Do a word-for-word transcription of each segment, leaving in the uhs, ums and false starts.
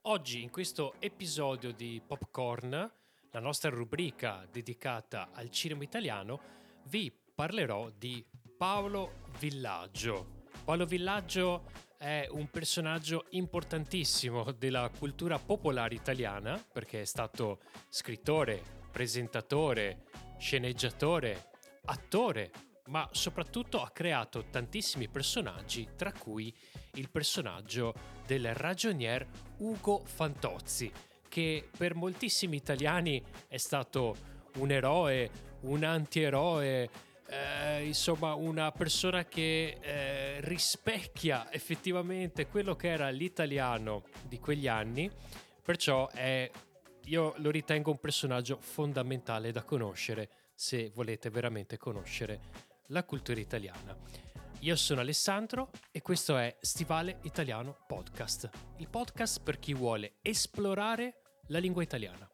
Oggi in questo episodio di Popcorn, la nostra rubrica dedicata al cinema italiano, vi parlerò di Paolo Villaggio. Paolo Villaggio è un personaggio importantissimo della cultura popolare italiana perché è stato scrittore, presentatore, sceneggiatore, attore, ma soprattutto ha creato tantissimi personaggi, tra cui il personaggio del ragionier Ugo Fantozzi, che per moltissimi italiani è stato un eroe, un antieroe, eh, insomma una persona che eh, rispecchia effettivamente quello che era l'italiano di quegli anni, perciò è, io lo ritengo un personaggio fondamentale da conoscere se volete veramente conoscere la cultura italiana. Io sono Alessandro e questo è Stivale Italiano Podcast, il podcast per chi vuole esplorare la lingua italiana.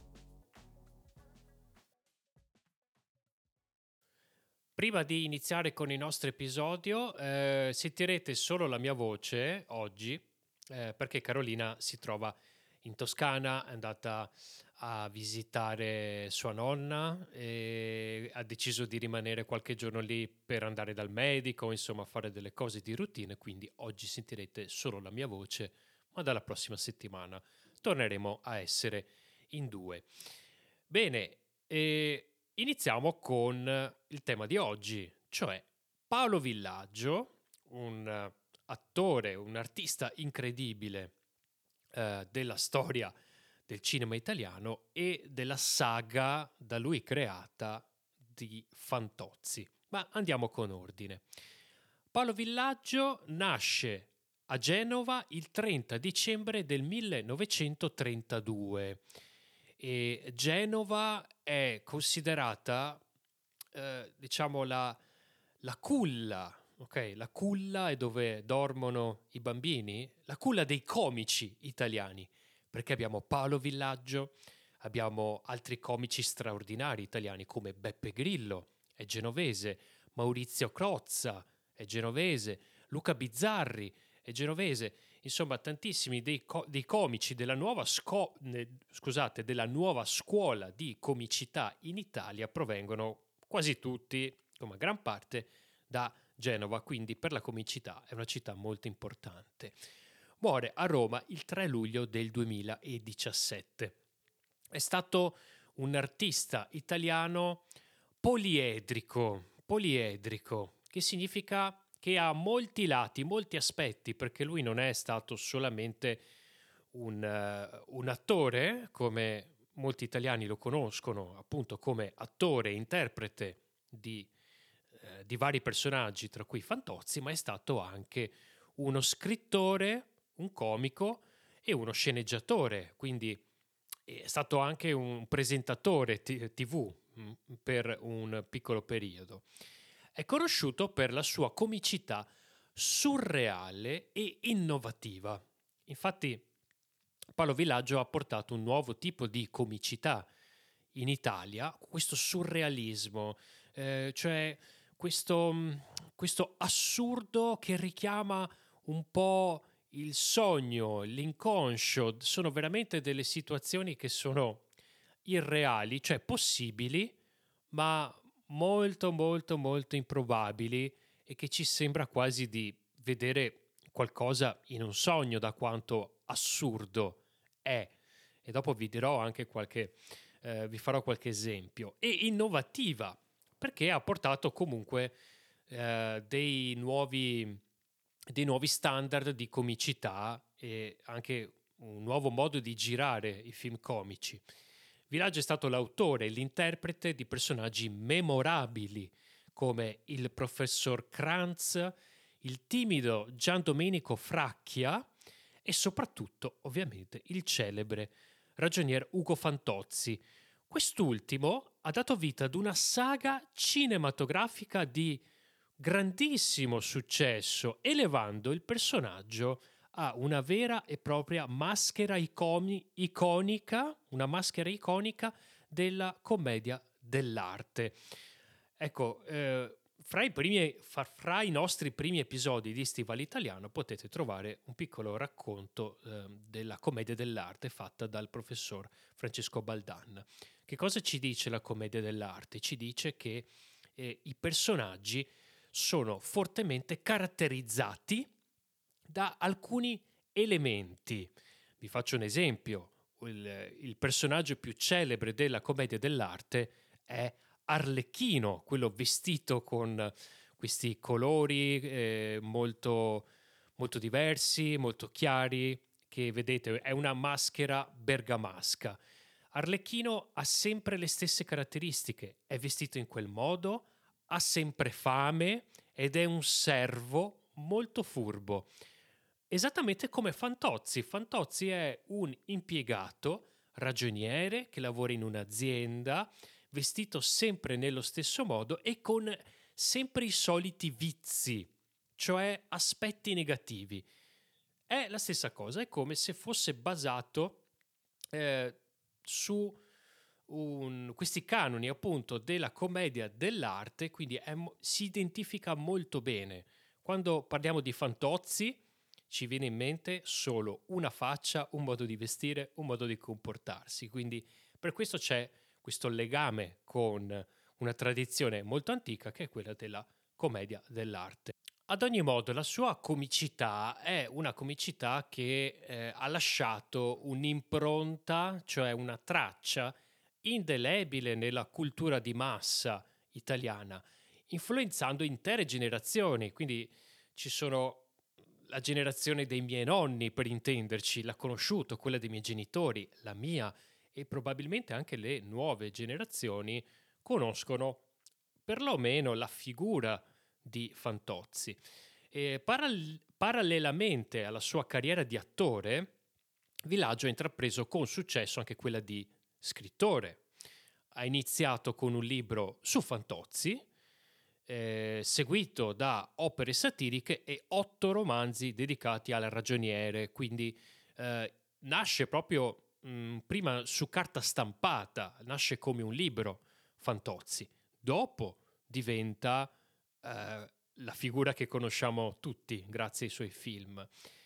Prima di iniziare con il nostro episodio, eh, sentirete solo la mia voce oggi, eh, perché Carolina si trova in Toscana, è andata a visitare sua nonna e ha deciso di rimanere qualche giorno lì per andare dal medico, insomma fare delle cose di routine, quindi oggi sentirete solo la mia voce, ma dalla prossima settimana torneremo a essere in due. Bene, e iniziamo con il tema di oggi, cioè Paolo Villaggio, un attore, un artista incredibile eh, della storia del cinema italiano e della saga da lui creata di Fantozzi. Ma andiamo con ordine. Paolo Villaggio nasce a Genova il trenta dicembre del millenovecentotrentadue e Genova è considerata eh, diciamo la, la culla, ok? La culla è dove dormono i bambini, la culla dei comici italiani, perché abbiamo Paolo Villaggio, abbiamo altri comici straordinari italiani come Beppe Grillo, è genovese, Maurizio Crozza, è genovese, Luca Bizzarri, è genovese, insomma tantissimi dei, co- dei comici della nuova, sco- ne- scusate, della nuova scuola di comicità in Italia provengono quasi tutti, come gran parte, da Genova, quindi per la comicità è una città molto importante. Muore a Roma il tre luglio del duemiladiciassette. È stato un artista italiano poliedrico, poliedrico, che significa che ha molti lati, molti aspetti, perché lui non è stato solamente un, uh, un attore, come molti italiani lo conoscono, appunto come attore e interprete di, uh, di vari personaggi, tra cui Fantozzi, ma è stato anche uno scrittore, un comico e uno sceneggiatore, quindi è stato anche un presentatore t- tivù mh, per un piccolo periodo. È conosciuto per la sua comicità surreale e innovativa. Infatti Paolo Villaggio ha portato un nuovo tipo di comicità in Italia, questo surrealismo, eh, cioè questo, questo assurdo che richiama un po' il sogno, l'inconscio, sono veramente delle situazioni che sono irreali, cioè possibili, ma molto molto molto improbabili e che ci sembra quasi di vedere qualcosa in un sogno da quanto assurdo è. E dopo vi dirò anche qualche, eh, vi farò qualche esempio. E innovativa, perché ha portato comunque eh, dei nuovi dei nuovi standard di comicità e anche un nuovo modo di girare i film comici. Villaggio è stato l'autore e l'interprete di personaggi memorabili come il professor Kranz, il timido Gian Domenico Fracchia e soprattutto, ovviamente, il celebre ragionier Ugo Fantozzi. Quest'ultimo ha dato vita ad una saga cinematografica di grandissimo successo, elevando il personaggio a una vera e propria maschera iconi- iconica, una maschera iconica della commedia dell'arte. Ecco, eh, fra i, primi, fra i nostri primi episodi di Stivale Italiano potete trovare un piccolo racconto eh, della commedia dell'arte fatta dal professor Francesco Baldan. Che cosa ci dice la commedia dell'arte? Ci dice che eh, i personaggi sono fortemente caratterizzati da alcuni elementi. Vi faccio un esempio. Il, il personaggio più celebre della commedia dell'arte è Arlecchino, quello vestito con questi colori eh, molto, molto diversi, molto chiari, che vedete è una maschera bergamasca. Arlecchino ha sempre le stesse caratteristiche, è vestito in quel modo, ha sempre fame ed è un servo molto furbo. Esattamente come Fantozzi. Fantozzi è un impiegato, ragioniere, che lavora in un'azienda, vestito sempre nello stesso modo e con sempre i soliti vizi, cioè aspetti negativi. È la stessa cosa, è come se fosse basato eh, su un, questi canoni appunto della commedia dell'arte, quindi è, si identifica molto bene. Quando parliamo di Fantozzi ci viene in mente solo una faccia, un modo di vestire, un modo di comportarsi, quindi per questo c'è questo legame con una tradizione molto antica che è quella della commedia dell'arte. Ad ogni modo, la sua comicità è una comicità che eh, ha lasciato un'impronta, cioè una traccia indelebile nella cultura di massa italiana, influenzando intere generazioni. Quindi ci sono la generazione dei miei nonni, per intenderci, l'ha conosciuto, quella dei miei genitori, la mia, e probabilmente anche le nuove generazioni conoscono perlomeno la figura di Fantozzi. E paral- parallelamente alla sua carriera di attore, Villaggio ha intrapreso con successo anche quella di scrittore. Ha iniziato con un libro su Fantozzi, eh, seguito da opere satiriche e otto romanzi dedicati al ragioniere, quindi eh, nasce proprio mh, prima su carta stampata, nasce come un libro Fantozzi, dopo diventa eh, la figura che conosciamo tutti grazie ai suoi film.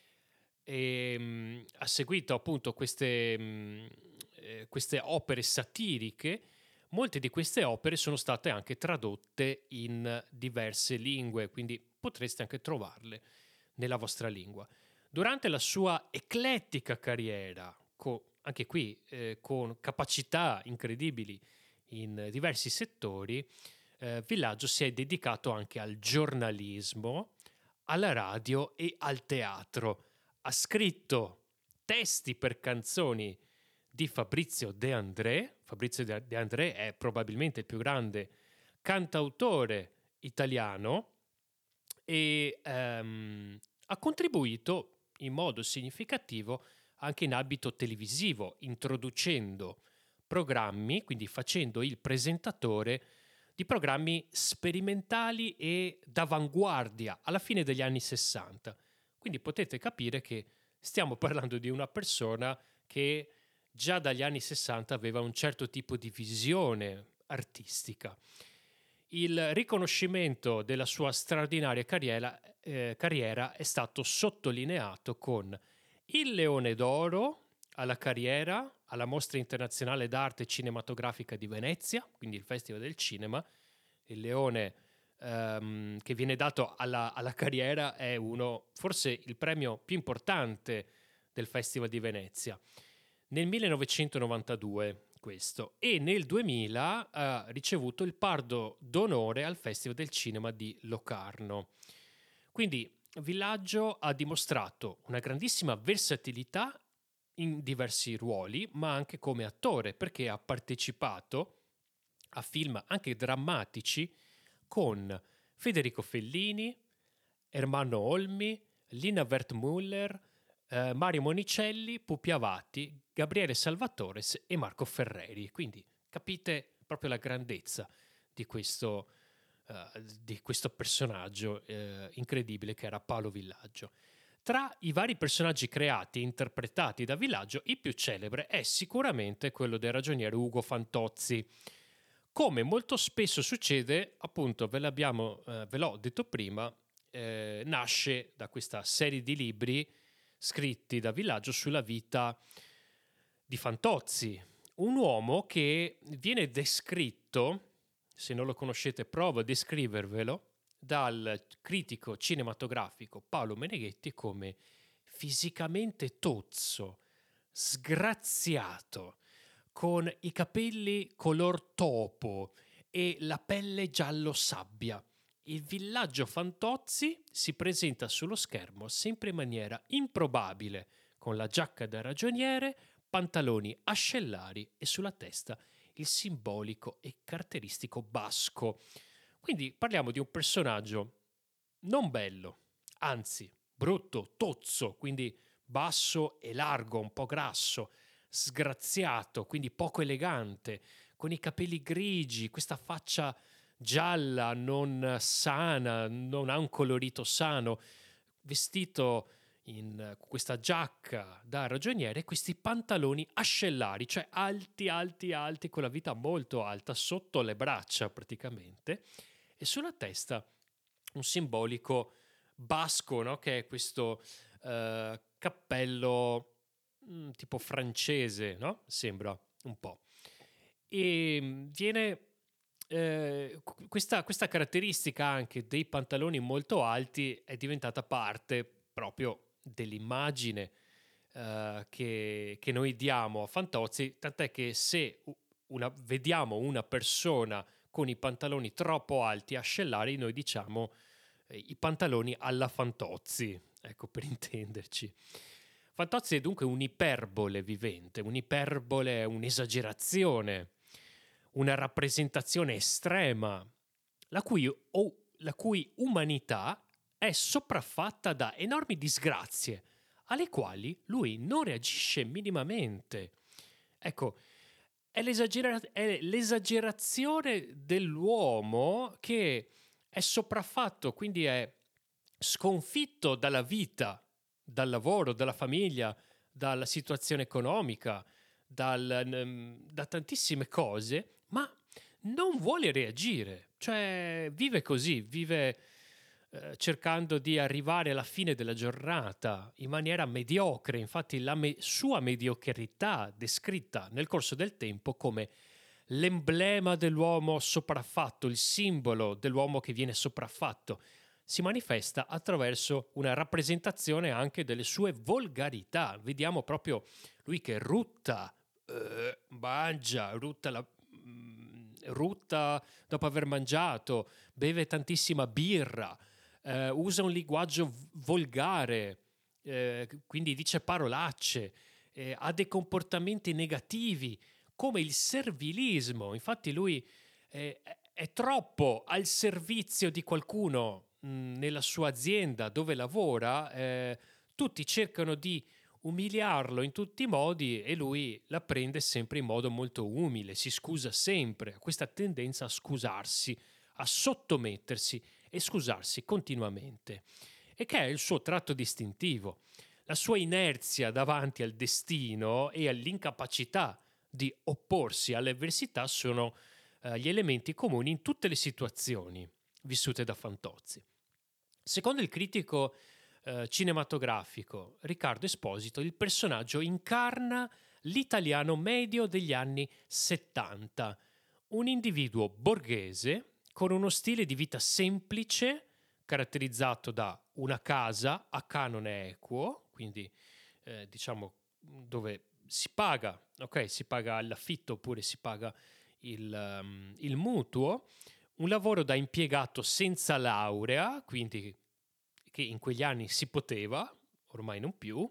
E, mh, ha seguito appunto queste, mh, eh, queste opere satiriche. Molte di queste opere sono state anche tradotte in diverse lingue, quindi potreste anche trovarle nella vostra lingua. Durante la sua eclettica carriera, co- anche qui eh, con capacità incredibili in diversi settori, eh, Villaggio si è dedicato anche al giornalismo, alla radio e al teatro. Ha scritto testi per canzoni di Fabrizio De André. Fabrizio De André è probabilmente il più grande cantautore italiano e ehm, ha contribuito in modo significativo anche in ambito televisivo, introducendo programmi, quindi facendo il presentatore di programmi sperimentali e d'avanguardia alla fine degli anni sessanta. Quindi potete capire che stiamo parlando di una persona che già dagli anni sessanta aveva un certo tipo di visione artistica. Il riconoscimento della sua straordinaria carriera, eh, carriera è stato sottolineato con il Leone d'Oro alla carriera alla Mostra Internazionale d'Arte Cinematografica di Venezia, quindi il Festival del Cinema. Il leone ehm, che viene dato alla, alla carriera è uno, forse il premio più importante del Festival di Venezia. Nel millenovecentonovantadue questo, e nel duemila ha ricevuto il Pardo d'Onore al Festival del Cinema di Locarno. Quindi Villaggio ha dimostrato una grandissima versatilità in diversi ruoli, ma anche come attore, perché ha partecipato a film anche drammatici con Federico Fellini, Ermanno Olmi, Lina Wertmüller, eh, Mario Monicelli, Pupi Avati, Gabriele Salvatores e Marco Ferreri. Quindi capite proprio la grandezza di questo, uh, di questo personaggio uh, incredibile che era Paolo Villaggio. Tra i vari personaggi creati e interpretati da Villaggio, il più celebre è sicuramente quello del ragioniere Ugo Fantozzi. come molto spesso succede, appunto, ve l'abbiamo, eh, ve l'ho detto prima, eh, nasce da questa serie di libri scritti da Villaggio sulla vita di Fantozzi, un uomo che viene descritto, se non lo conoscete provo a descrivervelo, dal critico cinematografico Paolo Meneghetti come fisicamente tozzo, sgraziato, con i capelli color topo e la pelle giallo sabbia. Il villaggio Fantozzi si presenta sullo schermo sempre in maniera improbabile, con la giacca da ragioniere, pantaloni ascellari e sulla testa il simbolico e caratteristico basco. Quindi parliamo di un personaggio non bello, anzi brutto, tozzo, quindi basso e largo, un po' grasso, sgraziato, quindi poco elegante, con i capelli grigi, questa faccia gialla, non sana, non ha un colorito sano, vestito in questa giacca da ragioniere e questi pantaloni ascellari, cioè alti, alti, alti, con la vita molto alta, sotto le braccia praticamente, e sulla testa un simbolico basco, no? Che è questo uh, cappello mh, tipo francese, no? Sembra un po'. E viene eh, questa, questa caratteristica anche dei pantaloni molto alti è diventata parte proprio dell'immagine uh, che, che noi diamo a Fantozzi, tant'è che se una, vediamo una persona con i pantaloni troppo alti ascellari, noi diciamo eh, i pantaloni alla Fantozzi, ecco, per intenderci. Fantozzi è dunque un'iperbole vivente, un'iperbole è un'esagerazione, una rappresentazione estrema, la cui, oh, la cui umanità è sopraffatta da enormi disgrazie, alle quali lui non reagisce minimamente. Ecco, è, l'esagera- è l'esagerazione dell'uomo che è sopraffatto, quindi è sconfitto dalla vita, dal lavoro, dalla famiglia, dalla situazione economica, dal, da tantissime cose, ma non vuole reagire, cioè vive così, vive eh, cercando di arrivare alla fine della giornata in maniera mediocre. Infatti la me- sua mediocrità descritta nel corso del tempo come l'emblema dell'uomo sopraffatto, il simbolo dell'uomo che viene sopraffatto, si manifesta attraverso una rappresentazione anche delle sue volgarità. Vediamo proprio lui che rutta, eh, mangia, rutta, la, mm, rutta dopo aver mangiato, beve tantissima birra, eh, usa un linguaggio volgare, eh, quindi dice parolacce, eh, ha dei comportamenti negativi, come il servilismo. Infatti lui eh, è troppo al servizio di qualcuno mh, nella sua azienda dove lavora, eh, tutti cercano di umiliarlo in tutti i modi e lui la prende sempre in modo molto umile, si scusa sempre, ha questa tendenza a scusarsi, a sottomettersi e scusarsi continuamente, e che è il suo tratto distintivo. La sua inerzia davanti al destino e all'incapacità di opporsi alle avversità sono eh, gli elementi comuni in tutte le situazioni vissute da Fantozzi. Secondo il critico eh, cinematografico Riccardo Esposito, il personaggio incarna l'italiano medio degli anni settanta, un individuo borghese con uno stile di vita semplice, caratterizzato da una casa a canone equo, quindi eh, diciamo dove si paga, ok, si paga l'affitto oppure si paga il, um, il mutuo, un lavoro da impiegato senza laurea, quindi che in quegli anni si poteva, ormai non più,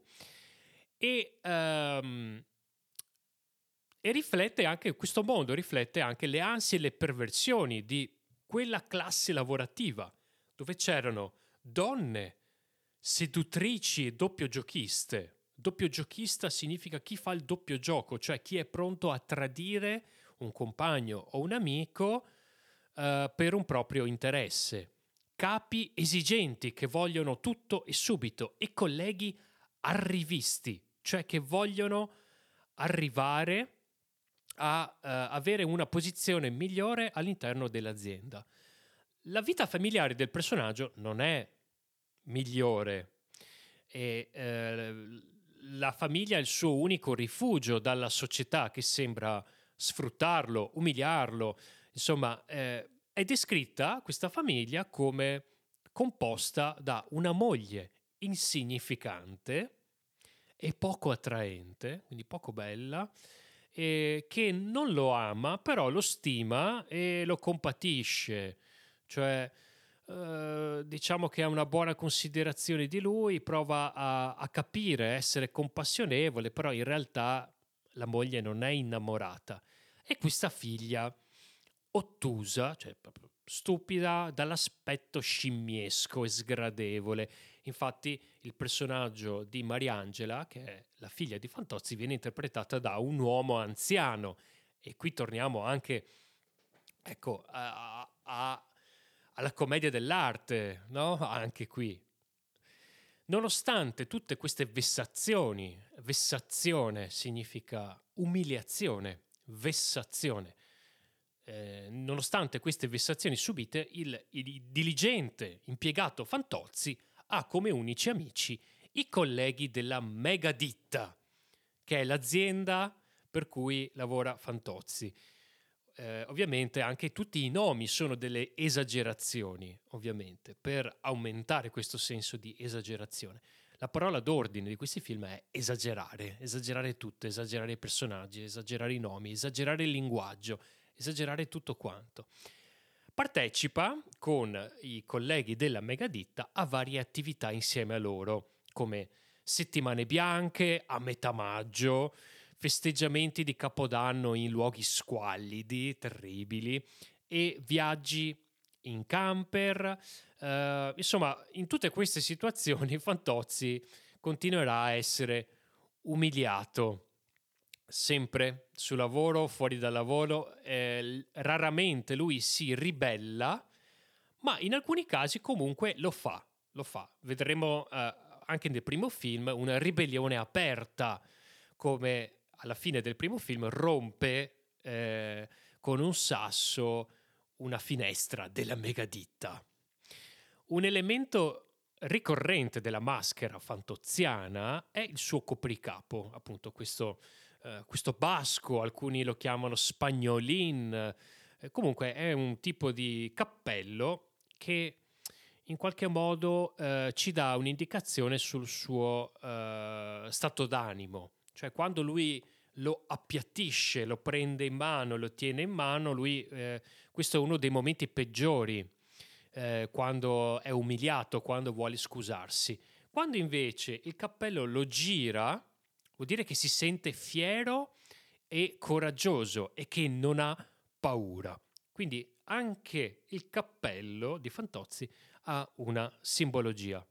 e, um, e riflette anche, questo mondo riflette anche le ansie e le perversioni di quella classe lavorativa, dove c'erano donne seduttrici e doppiogiochiste. Doppiogiochista significa chi fa il doppio gioco, cioè chi è pronto a tradire un compagno o un amico uh, per un proprio interesse. Capi esigenti che vogliono tutto e subito, e colleghi arrivisti, cioè che vogliono arrivare a uh, avere una posizione migliore all'interno dell'azienda. La vita familiare del personaggio non è migliore e uh, la famiglia è il suo unico rifugio dalla società che sembra sfruttarlo, umiliarlo. Insomma, eh, è descritta questa famiglia come composta da una moglie insignificante e poco attraente, quindi poco bella, e che non lo ama, però lo stima e lo compatisce. Cioè, eh, diciamo che ha una buona considerazione di lui, prova a, a capire, a essere compassionevole, però in realtà la moglie non è innamorata. E questa figlia ottusa, cioè proprio stupida, dall'aspetto scimmiesco e sgradevole. Infatti il personaggio di Mariangela, che è la figlia di Fantozzi, viene interpretata da un uomo anziano. E qui torniamo anche, ecco, a, a, alla commedia dell'arte, no? Anche qui. Nonostante tutte queste vessazioni, vessazione significa umiliazione, vessazione. Eh, nonostante queste vessazioni subite, il, il diligente impiegato Fantozzi ha come unici amici i colleghi della Megaditta, che è l'azienda per cui lavora Fantozzi. Eh, ovviamente anche tutti i nomi sono delle esagerazioni, ovviamente, per aumentare questo senso di esagerazione. La parola d'ordine di questi film è esagerare, esagerare tutto, esagerare i personaggi, esagerare i nomi, esagerare il linguaggio, esagerare tutto quanto. Partecipa con i colleghi della Megaditta a varie attività insieme a loro, come settimane bianche a metà maggio, festeggiamenti di Capodanno in luoghi squallidi, terribili, e viaggi in camper. Uh, insomma, in tutte queste situazioni Fantozzi continuerà a essere umiliato, sempre sul lavoro, fuori dal lavoro. Eh, raramente lui si ribella, ma in alcuni casi comunque lo fa. Lo fa. Vedremo uh, anche nel primo film una ribellione aperta, come alla fine del primo film rompe eh, con un sasso una finestra della Megaditta. Un elemento ricorrente della maschera fantoziana è il suo copricapo, appunto questo, eh, questo basco, alcuni lo chiamano spagnolin, eh, comunque è un tipo di cappello che in qualche modo eh, ci dà un'indicazione sul suo eh, stato d'animo. Cioè quando lui lo appiattisce, lo prende in mano, lo tiene in mano, lui, eh, questo è uno dei momenti peggiori, eh, quando è umiliato, quando vuole scusarsi. Quando invece il cappello lo gira, vuol dire che si sente fiero e coraggioso e che non ha paura. Quindi anche il cappello di Fantozzi ha una simbologia.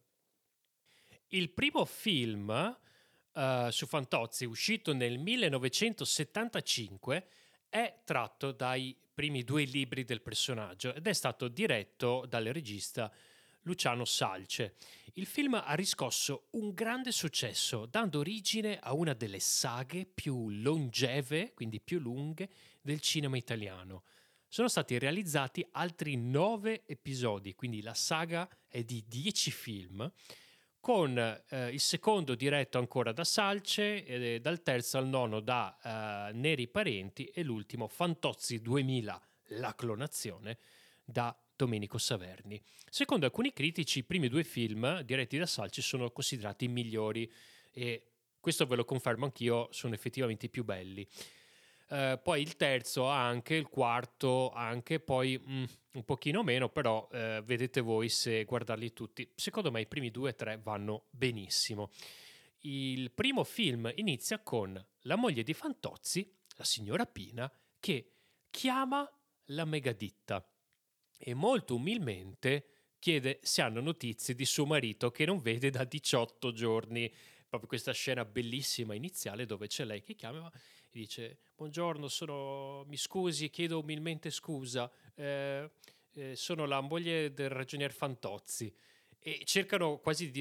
Il primo film Uh, su Fantozzi, uscito nel millenovecentosettantacinque, è tratto dai primi due libri del personaggio ed è stato diretto dal regista Luciano Salce. Il film ha riscosso un grande successo, dando origine a una delle saghe più longeve, quindi più lunghe, del cinema italiano. Sono stati realizzati altri nove episodi, quindi la saga è di dieci film, con eh, il secondo diretto ancora da Salce, e dal terzo al nono da eh, Neri Parenti e l'ultimo Fantozzi duemila, la clonazione, da Domenico Saverni. Secondo alcuni critici i primi due film diretti da Salce sono considerati i migliori e questo ve lo confermo anch'io, sono effettivamente i più belli. Uh, poi il terzo anche, il quarto anche, poi mm, un pochino meno, però uh, vedete voi se guardarli tutti. Secondo me i primi due e tre vanno benissimo. Il primo film inizia con la moglie di Fantozzi, la signora Pina, che chiama la Megaditta e molto umilmente chiede se hanno notizie di suo marito che non vede da diciotto giorni. Proprio questa scena bellissima iniziale dove c'è lei che chiama e dice: buongiorno, sono, mi scusi, chiedo umilmente scusa, eh, eh, sono la moglie del ragionier Fantozzi. E cercano quasi di dire: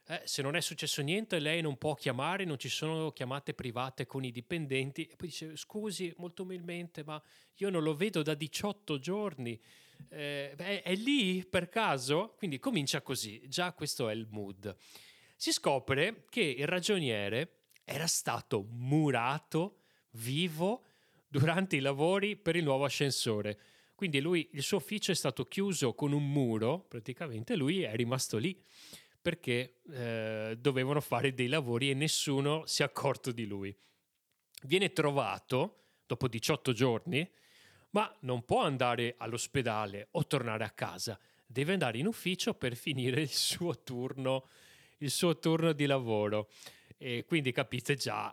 eh, se non è successo niente lei non può chiamare, non ci sono chiamate private con i dipendenti. E poi dice: scusi, molto umilmente, ma io non lo vedo da diciotto giorni. Eh, beh, è lì per caso? Quindi comincia così, già questo è il mood. Si scopre che il ragioniere era stato murato vivo durante i lavori per il nuovo ascensore. Quindi lui, il suo ufficio è stato chiuso con un muro, praticamente lui è rimasto lì perché eh, dovevano fare dei lavori e nessuno si è accorto di lui. Viene trovato dopo diciotto giorni, ma non può andare all'ospedale o tornare a casa, deve andare in ufficio per finire il suo turno, il suo turno di lavoro. E quindi capite già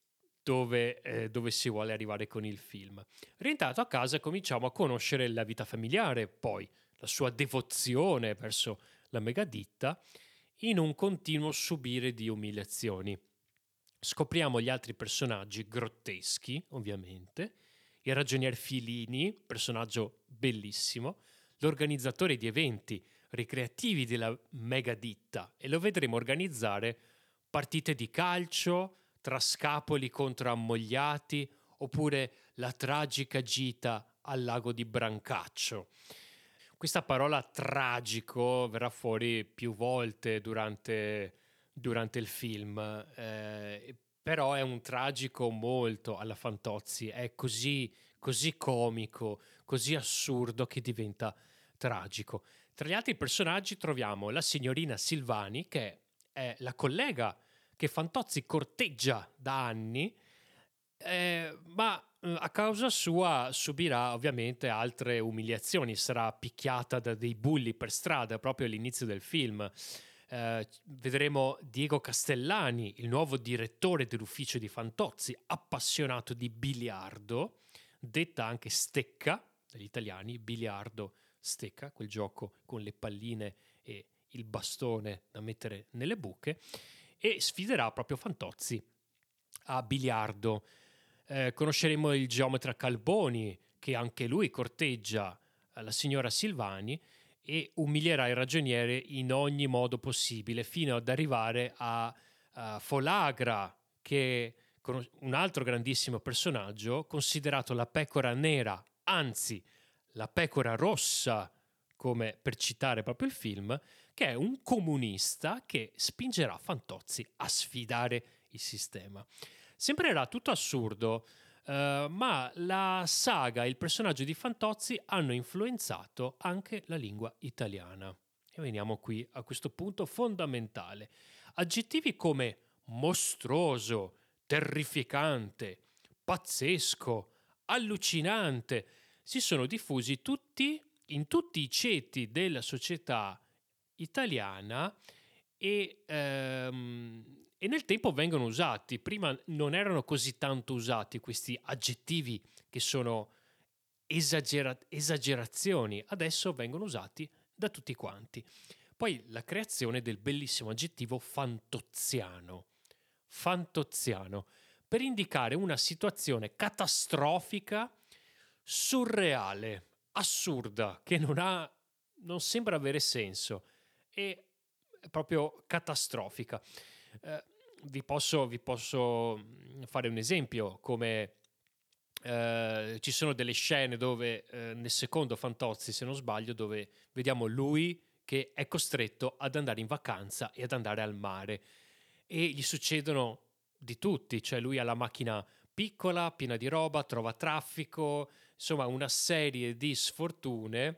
dove, eh, dove si vuole arrivare con il film. Rientrato a casa cominciamo a conoscere la vita familiare, poi la sua devozione verso la megaditta in un continuo subire di umiliazioni. Scopriamo gli altri personaggi grotteschi, ovviamente, il ragionier Filini, personaggio bellissimo, l'organizzatore di eventi ricreativi della megaditta, e lo vedremo organizzare partite di calcio tra scapoli contro ammogliati oppure la tragica gita al lago di Brancaccio. Questa parola tragico verrà fuori più volte durante, durante il film, eh, però è un tragico molto alla Fantozzi, è così, così comico, così assurdo che diventa tragico. Tra gli altri personaggi troviamo la signorina Silvani, che è la collega che Fantozzi corteggia da anni, eh, ma eh, a causa sua subirà ovviamente altre umiliazioni, sarà picchiata da dei bulli per strada proprio all'inizio del film. Eh, vedremo Diego Castellani, il nuovo direttore dell'ufficio di Fantozzi, appassionato di biliardo, detta anche stecca dagli italiani, biliardo stecca, quel gioco con le palline e il bastone da mettere nelle buche, e sfiderà proprio Fantozzi a biliardo. Eh, conosceremo il geometra Calboni, che anche lui corteggia la signora Silvani e umilierà il ragioniere in ogni modo possibile, fino ad arrivare a, a Folagra, che è un altro grandissimo personaggio, considerato la pecora nera, anzi la pecora rossa, come per citare proprio il film, che è un comunista che spingerà Fantozzi a sfidare il sistema. Sembrerà tutto assurdo, uh, ma la saga e il personaggio di Fantozzi hanno influenzato anche la lingua italiana. E veniamo qui a questo punto fondamentale. Aggettivi come mostruoso, terrificante, pazzesco, allucinante si sono diffusi tutti in tutti i ceti della società italiana e, ehm, e nel tempo vengono usati. Prima non erano così tanto usati questi aggettivi che sono esagera- esagerazioni, adesso vengono usati da tutti quanti. Poi la creazione del bellissimo aggettivo fantoziano, fantoziano, per indicare una situazione catastrofica, surreale, assurda, che non ha, non sembra avere senso, e proprio catastrofica. Eh, vi posso, vi posso fare un esempio, come eh, ci sono delle scene dove eh, nel secondo Fantozzi, se non sbaglio, dove vediamo lui che è costretto ad andare in vacanza e ad andare al mare, e gli succedono di tutti, cioè lui ha la macchina piccola, piena di roba, trova traffico, insomma una serie di sfortune,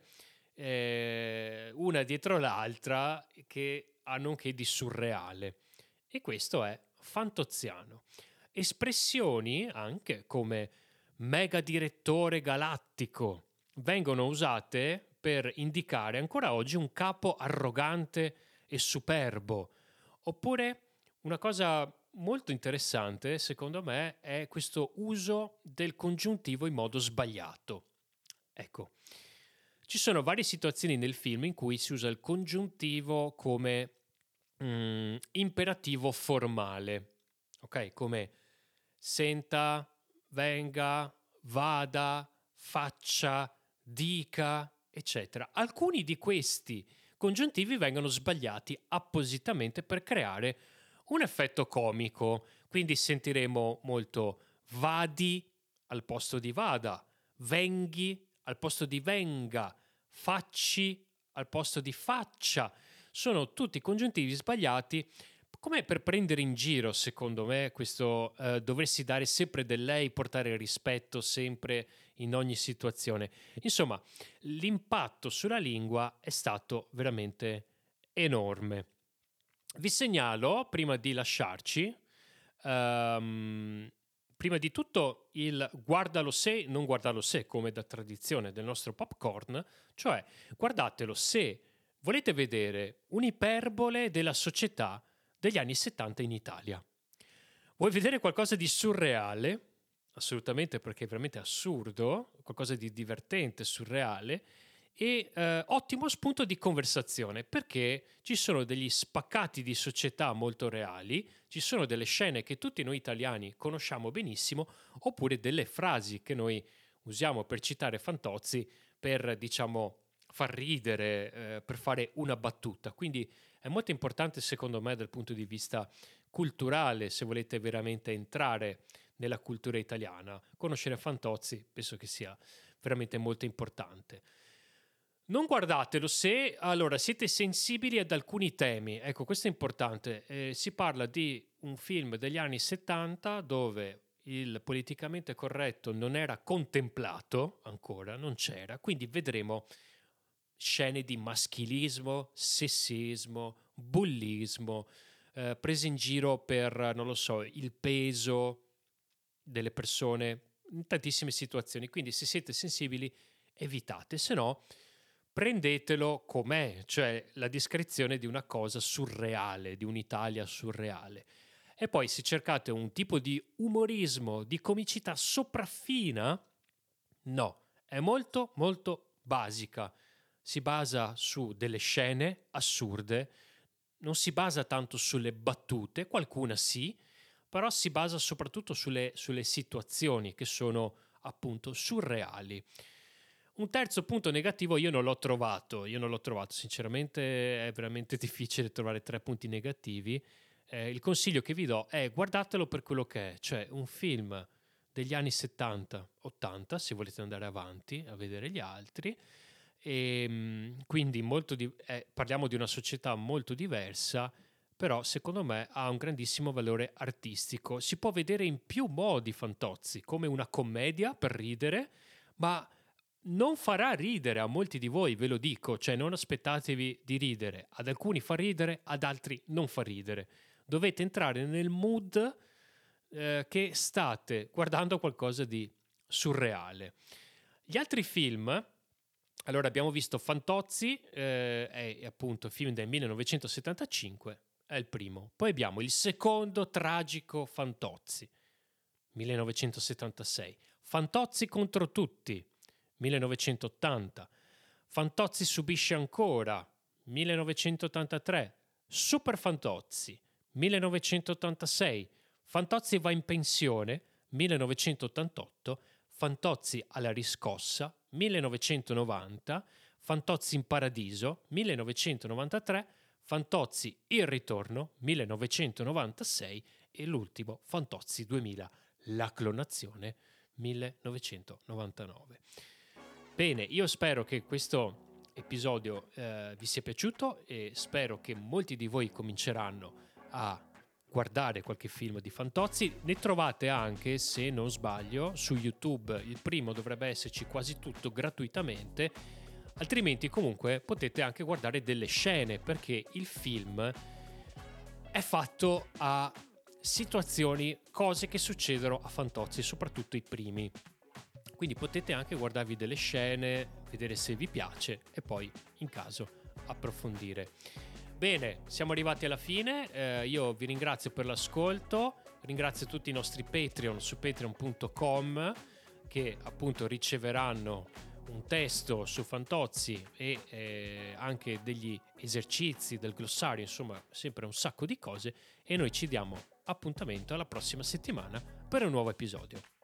eh, una dietro l'altra, che hanno un che di surreale. E questo è fantoziano. Espressioni anche come mega direttore galattico vengono usate per indicare ancora oggi un capo arrogante e superbo. Oppure una cosa molto interessante, secondo me, è questo uso del congiuntivo in modo sbagliato. Ecco, ci sono varie situazioni nel film in cui si usa il congiuntivo come mm, imperativo formale, ok? Come senta, venga, vada, faccia, dica, eccetera. Alcuni di questi congiuntivi vengono sbagliati appositamente per creare un effetto comico. Quindi sentiremo molto vadi al posto di vada, venghi al posto di venga, facci al posto di faccia. Sono tutti congiuntivi sbagliati, come per prendere in giro, secondo me, questo eh, doversi dare sempre del lei, portare rispetto sempre in ogni situazione. Insomma, l'impatto sulla lingua è stato veramente enorme. Vi segnalo, prima di lasciarci, um, prima di tutto il guardalo se, non guardalo se, come da tradizione del nostro popcorn, cioè guardatelo se volete vedere un'iperbole della società degli anni settanta in Italia. Vuoi vedere qualcosa di surreale? Assolutamente, perché è veramente assurdo, qualcosa di divertente, surreale, e eh, ottimo spunto di conversazione, perché ci sono degli spaccati di società molto reali, ci sono delle scene che tutti noi italiani conosciamo benissimo, oppure delle frasi che noi usiamo per citare Fantozzi, per, diciamo, far ridere, eh, per fare una battuta. Quindi è molto importante, secondo me, dal punto di vista culturale, se volete veramente entrare nella cultura italiana. Conoscere Fantozzi penso che sia veramente molto importante. Non guardatelo se, allora, siete sensibili ad alcuni temi. Ecco, questo è importante. Eh, si parla di un film degli anni settanta dove il politicamente corretto non era contemplato ancora, non c'era, quindi vedremo scene di maschilismo, sessismo, bullismo, eh, prese in giro per, non lo so, il peso delle persone in tantissime situazioni. Quindi se siete sensibili, evitate, se no prendetelo com'è, cioè la descrizione di una cosa surreale, di un'Italia surreale. E poi se cercate un tipo di umorismo, di comicità sopraffina, no, è molto molto basica. Si basa su delle scene assurde, non si basa tanto sulle battute, qualcuna sì, però si basa soprattutto sulle, sulle situazioni che sono appunto surreali. Un terzo punto negativo io non l'ho trovato, io non l'ho trovato, sinceramente è veramente difficile trovare tre punti negativi. Eh, il consiglio che vi do è guardatelo per quello che è, cioè un film degli anni settanta ottanta, se volete andare avanti a vedere gli altri, e quindi molto di- eh, parliamo di una società molto diversa, però secondo me ha un grandissimo valore artistico. Si può vedere in più modi Fantozzi, come una commedia per ridere, ma non farà ridere a molti di voi, ve lo dico, cioè non aspettatevi di ridere, ad alcuni fa ridere, ad altri non fa ridere. Dovete entrare nel mood eh, che state guardando qualcosa di surreale. Gli altri film, allora abbiamo visto Fantozzi, eh, è appunto film del millenovecentosettantacinque, è il primo. Poi abbiamo il secondo tragico Fantozzi, millenovecentosettantasei. Fantozzi contro tutti, millenovecentottanta. Fantozzi subisce ancora, millenovecentottantatré. Super Fantozzi, millenovecentottantasei. Fantozzi va in pensione, millenovecentottantotto. Fantozzi alla riscossa, millenovecentonovanta. Fantozzi in paradiso, millenovecentonovantatré. Fantozzi il ritorno, millenovecentonovantasei. E l'ultimo, Fantozzi duemila, la clonazione, millenovecentonovantanove. Bene, io spero che questo episodio eh, vi sia piaciuto e spero che molti di voi cominceranno a guardare qualche film di Fantozzi. Ne trovate anche, se non sbaglio, su YouTube. Il primo dovrebbe esserci quasi tutto gratuitamente, altrimenti comunque potete anche guardare delle scene, perché il film è fatto a situazioni, cose che succedono a Fantozzi, soprattutto i primi. Quindi potete anche guardarvi delle scene, vedere se vi piace e poi, in caso, approfondire. Bene, siamo arrivati alla fine. Eh, io vi ringrazio per l'ascolto. Ringrazio tutti i nostri Patreon su patreon punto com che appunto riceveranno un testo su Fantozzi e eh, anche degli esercizi del glossario, insomma, sempre un sacco di cose. E noi ci diamo appuntamento alla prossima settimana per un nuovo episodio.